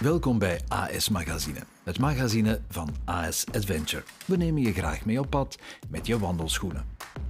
Welkom bij AS Magazine, het magazine van AS Adventure. We nemen je graag mee op pad met je wandelschoenen.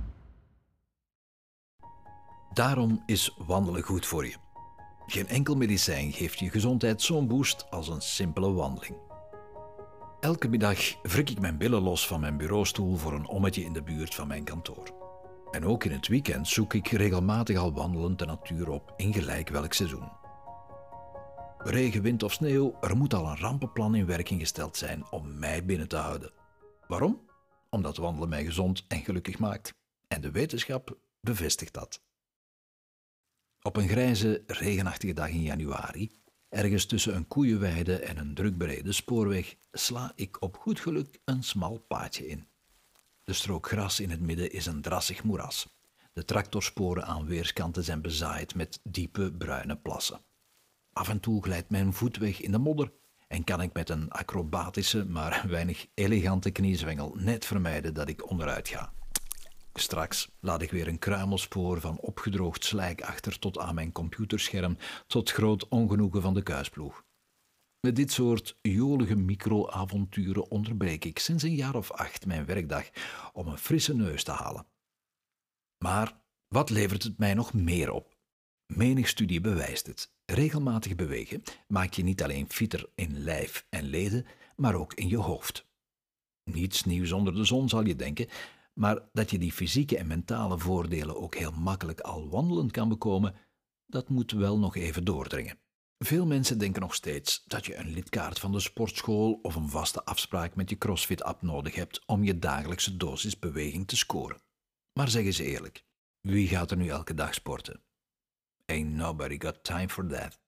Daarom is wandelen goed voor je. Geen enkel medicijn geeft je gezondheid zo'n boost als een simpele wandeling. Elke middag wrik ik mijn billen los van mijn bureaustoel voor een ommetje in de buurt van mijn kantoor. En ook in het weekend zoek ik regelmatig al wandelend de natuur op in gelijk welk seizoen. Regen, wind of sneeuw, er moet al een rampenplan in werking gesteld zijn om mij binnen te houden. Waarom? Omdat wandelen mij gezond en gelukkig maakt. En de wetenschap bevestigt dat. Op een grijze, regenachtige dag in januari, ergens tussen een koeienweide en een druk bereden spoorweg, sla ik op goed geluk een smal paadje in. De strook gras in het midden is een drassig moeras. De tractorsporen aan weerskanten zijn bezaaid met diepe bruine plassen. Af en toe glijdt mijn voet weg in de modder en kan ik met een acrobatische, maar weinig elegante kniezwengel net vermijden dat ik onderuit ga. Straks laat ik weer een kruimelspoor van opgedroogd slijk achter tot aan mijn computerscherm, tot groot ongenoegen van de kuisploeg. Met dit soort jolige micro-avonturen onderbreek ik sinds een jaar of 8 mijn werkdag om een frisse neus te halen. Maar wat levert het mij nog meer op? Menig studie bewijst het. Regelmatig bewegen maakt je niet alleen fitter in lijf en leden, maar ook in je hoofd. Niets nieuws onder de zon, zal je denken, maar dat je die fysieke en mentale voordelen ook heel makkelijk al wandelend kan bekomen, dat moet wel nog even doordringen. Veel mensen denken nog steeds dat je een lidkaart van de sportschool of een vaste afspraak met je CrossFit-app nodig hebt om je dagelijkse dosis beweging te scoren. Maar zeg eens eerlijk, wie gaat er nu elke dag sporten? Ain't nobody got time for that.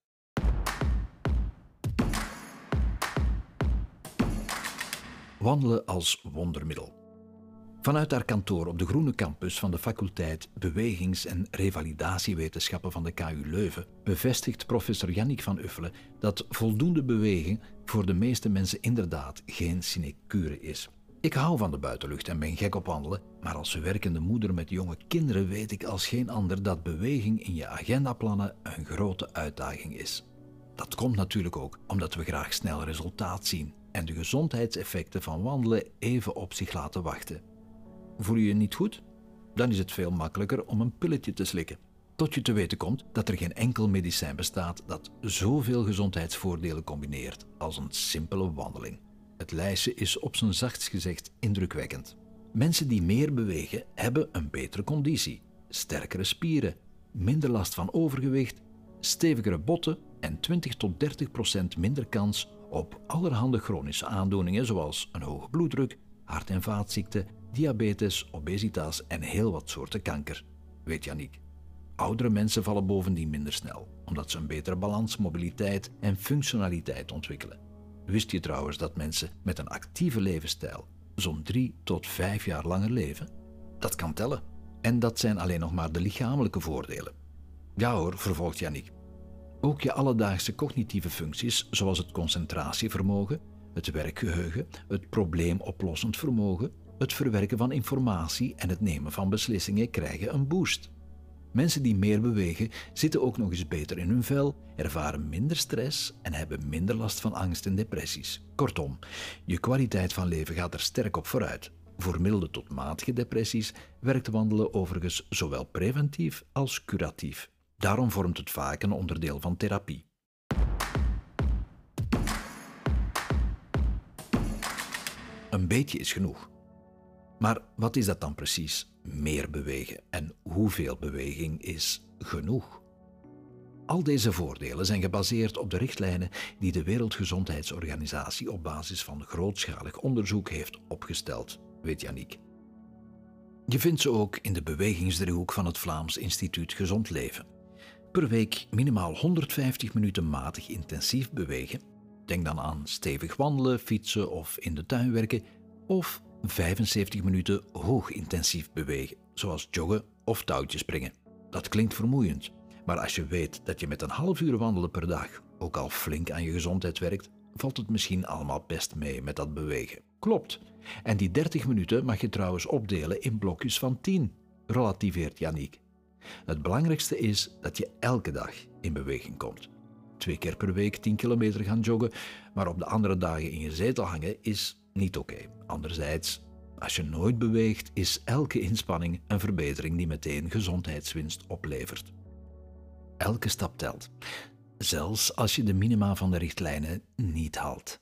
Wandelen als wondermiddel. Vanuit haar kantoor op de groene campus van de faculteit Bewegings- en Revalidatiewetenschappen van de KU Leuven bevestigt professor Yannick van Uffelen dat voldoende beweging voor de meeste mensen inderdaad geen sinecure is. Ik hou van de buitenlucht en ben gek op wandelen, maar als werkende moeder met jonge kinderen weet ik als geen ander dat beweging in je agendaplannen een grote uitdaging is. Dat komt natuurlijk ook omdat we graag snel resultaat zien en de gezondheidseffecten van wandelen even op zich laten wachten. Voel je je niet goed? Dan is het veel makkelijker om een pilletje te slikken. Tot je te weten komt dat er geen enkel medicijn bestaat dat zoveel gezondheidsvoordelen combineert als een simpele wandeling. Het lijstje is op zijn zachtst gezegd indrukwekkend. Mensen die meer bewegen hebben een betere conditie, sterkere spieren, minder last van overgewicht, stevigere botten en 20-30% minder kans op allerhande chronische aandoeningen zoals een hoge bloeddruk, hart- en vaatziekten, diabetes, obesitas en heel wat soorten kanker, weet Yannick. Oudere mensen vallen bovendien minder snel, omdat ze een betere balans, mobiliteit en functionaliteit ontwikkelen. Wist je trouwens dat mensen met een actieve levensstijl zo'n 3 tot 5 jaar langer leven? Dat kan tellen. En dat zijn alleen nog maar de lichamelijke voordelen. Ja hoor, vervolgt Yannick. Ook je alledaagse cognitieve functies, zoals het concentratievermogen, het werkgeheugen, het probleemoplossend vermogen, het verwerken van informatie en het nemen van beslissingen krijgen een boost. Mensen die meer bewegen zitten ook nog eens beter in hun vel, ervaren minder stress en hebben minder last van angst en depressies. Kortom, je kwaliteit van leven gaat er sterk op vooruit. Voor milde tot matige depressies werkt wandelen overigens zowel preventief als curatief. Daarom vormt het vaak een onderdeel van therapie. Een beetje is genoeg. Maar wat is dat dan precies, meer bewegen? En hoeveel beweging is genoeg? Al deze voordelen zijn gebaseerd op de richtlijnen die de Wereldgezondheidsorganisatie op basis van grootschalig onderzoek heeft opgesteld, weet Yannick. Je vindt ze ook in de bewegingsdriehoek van het Vlaams Instituut Gezond Leven. Per week minimaal 150 minuten matig intensief bewegen. Denk dan aan stevig wandelen, fietsen of in de tuin werken, of 75 minuten hoog intensief bewegen, zoals joggen of touwtjes springen. Dat klinkt vermoeiend, maar als je weet dat je met een half uur wandelen per dag ook al flink aan je gezondheid werkt, valt het misschien allemaal best mee met dat bewegen. Klopt. En die 30 minuten mag je trouwens opdelen in blokjes van 10, relativeert Yannick. Het belangrijkste is dat je elke dag in beweging komt. 2 keer per week 10 kilometer gaan joggen, maar op de andere dagen in je zetel hangen is niet oké. Anderzijds, als je nooit beweegt, is elke inspanning een verbetering die meteen gezondheidswinst oplevert. Elke stap telt, zelfs als je de minima van de richtlijnen niet haalt.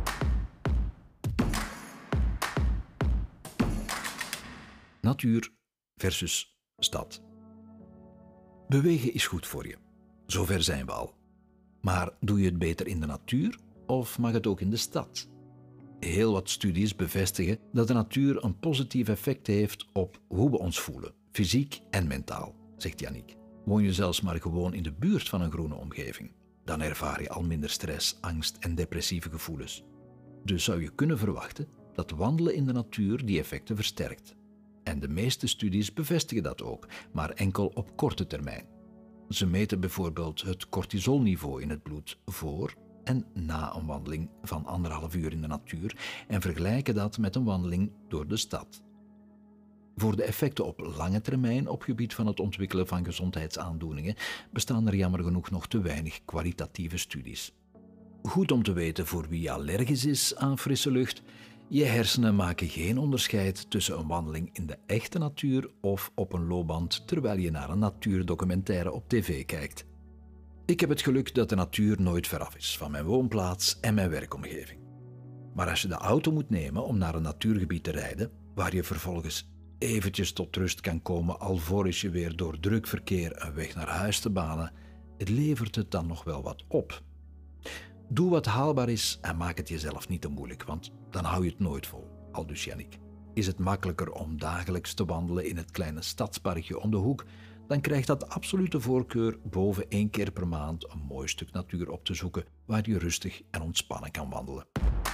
Natuur versus stad. Bewegen is goed voor je. Zover zijn we al. Maar doe je het beter in de natuur of mag het ook in de stad? Heel wat studies bevestigen dat de natuur een positief effect heeft op hoe we ons voelen, fysiek en mentaal, zegt Yannick. Woon je zelfs maar gewoon in de buurt van een groene omgeving, dan ervaar je al minder stress, angst en depressieve gevoelens. Dus zou je kunnen verwachten dat wandelen in de natuur die effecten versterkt. En de meeste studies bevestigen dat ook, maar enkel op korte termijn. Ze meten bijvoorbeeld het cortisolniveau in het bloed voor en na een wandeling van 1,5 uur in de natuur en vergelijken dat met een wandeling door de stad. Voor de effecten op lange termijn op gebied van het ontwikkelen van gezondheidsaandoeningen bestaan er jammer genoeg nog te weinig kwalitatieve studies. Goed om te weten voor wie allergisch is aan frisse lucht. Je hersenen maken geen onderscheid tussen een wandeling in de echte natuur of op een loopband terwijl je naar een natuurdocumentaire op tv kijkt. Ik heb het geluk dat de natuur nooit veraf is van mijn woonplaats en mijn werkomgeving. Maar als je de auto moet nemen om naar een natuurgebied te rijden, waar je vervolgens eventjes tot rust kan komen alvorens je weer door druk verkeer een weg naar huis te banen, levert het dan nog wel wat op. Doe wat haalbaar is en maak het jezelf niet te moeilijk, want dan hou je het nooit vol, aldus Yannick. Is het makkelijker om dagelijks te wandelen in het kleine stadsparkje om de hoek, dan krijgt dat absolute voorkeur boven 1 keer per maand een mooi stuk natuur op te zoeken waar je rustig en ontspannen kan wandelen.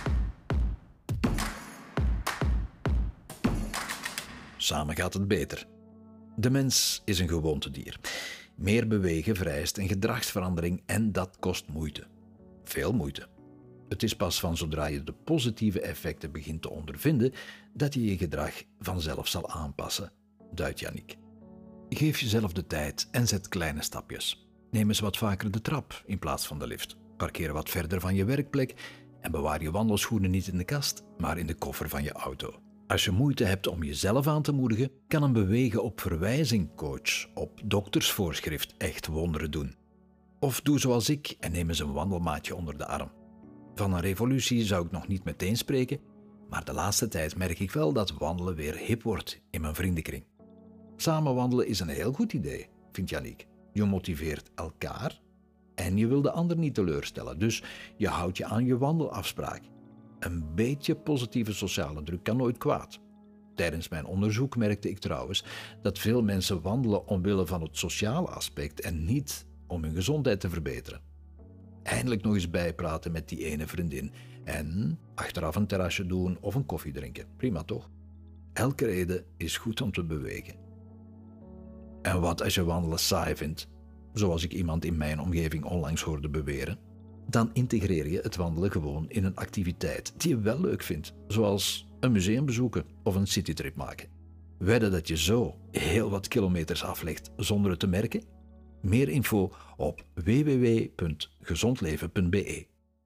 Samen gaat het beter. De mens is een gewoontedier. Meer bewegen vereist een gedragsverandering en dat kost moeite. Veel moeite. Het is pas van zodra je de positieve effecten begint te ondervinden dat je je gedrag vanzelf zal aanpassen, duidt Yannick. Geef jezelf de tijd en zet kleine stapjes. Neem eens wat vaker de trap in plaats van de lift. Parkeer wat verder van je werkplek en bewaar je wandelschoenen niet in de kast, maar in de koffer van je auto. Als je moeite hebt om jezelf aan te moedigen, kan een bewegen op verwijzing coach op doktersvoorschrift echt wonderen doen. Of doe zoals ik en neem eens een wandelmaatje onder de arm. Van een revolutie zou ik nog niet meteen spreken, maar de laatste tijd merk ik wel dat wandelen weer hip wordt in mijn vriendenkring. Samen wandelen is een heel goed idee, vindt Yannick. Je motiveert elkaar en je wil de ander niet teleurstellen, dus je houdt je aan je wandelafspraak. Een beetje positieve sociale druk kan nooit kwaad. Tijdens mijn onderzoek merkte ik trouwens dat veel mensen wandelen omwille van het sociale aspect en niet om hun gezondheid te verbeteren. Eindelijk nog eens bijpraten met die ene vriendin en achteraf een terrasje doen of een koffie drinken. Prima toch? Elke reden is goed om te bewegen. En wat als je wandelen saai vindt, zoals ik iemand in mijn omgeving onlangs hoorde beweren? Dan integreer je het wandelen gewoon in een activiteit die je wel leuk vindt, zoals een museum bezoeken of een citytrip maken. Wedden dat je zo heel wat kilometers aflegt zonder het te merken? Meer info op www.gezondleven.be.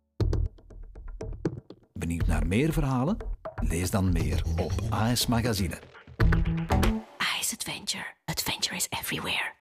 Benieuwd naar meer verhalen? Lees dan meer op AS Magazine. AS Adventure. Adventure is everywhere.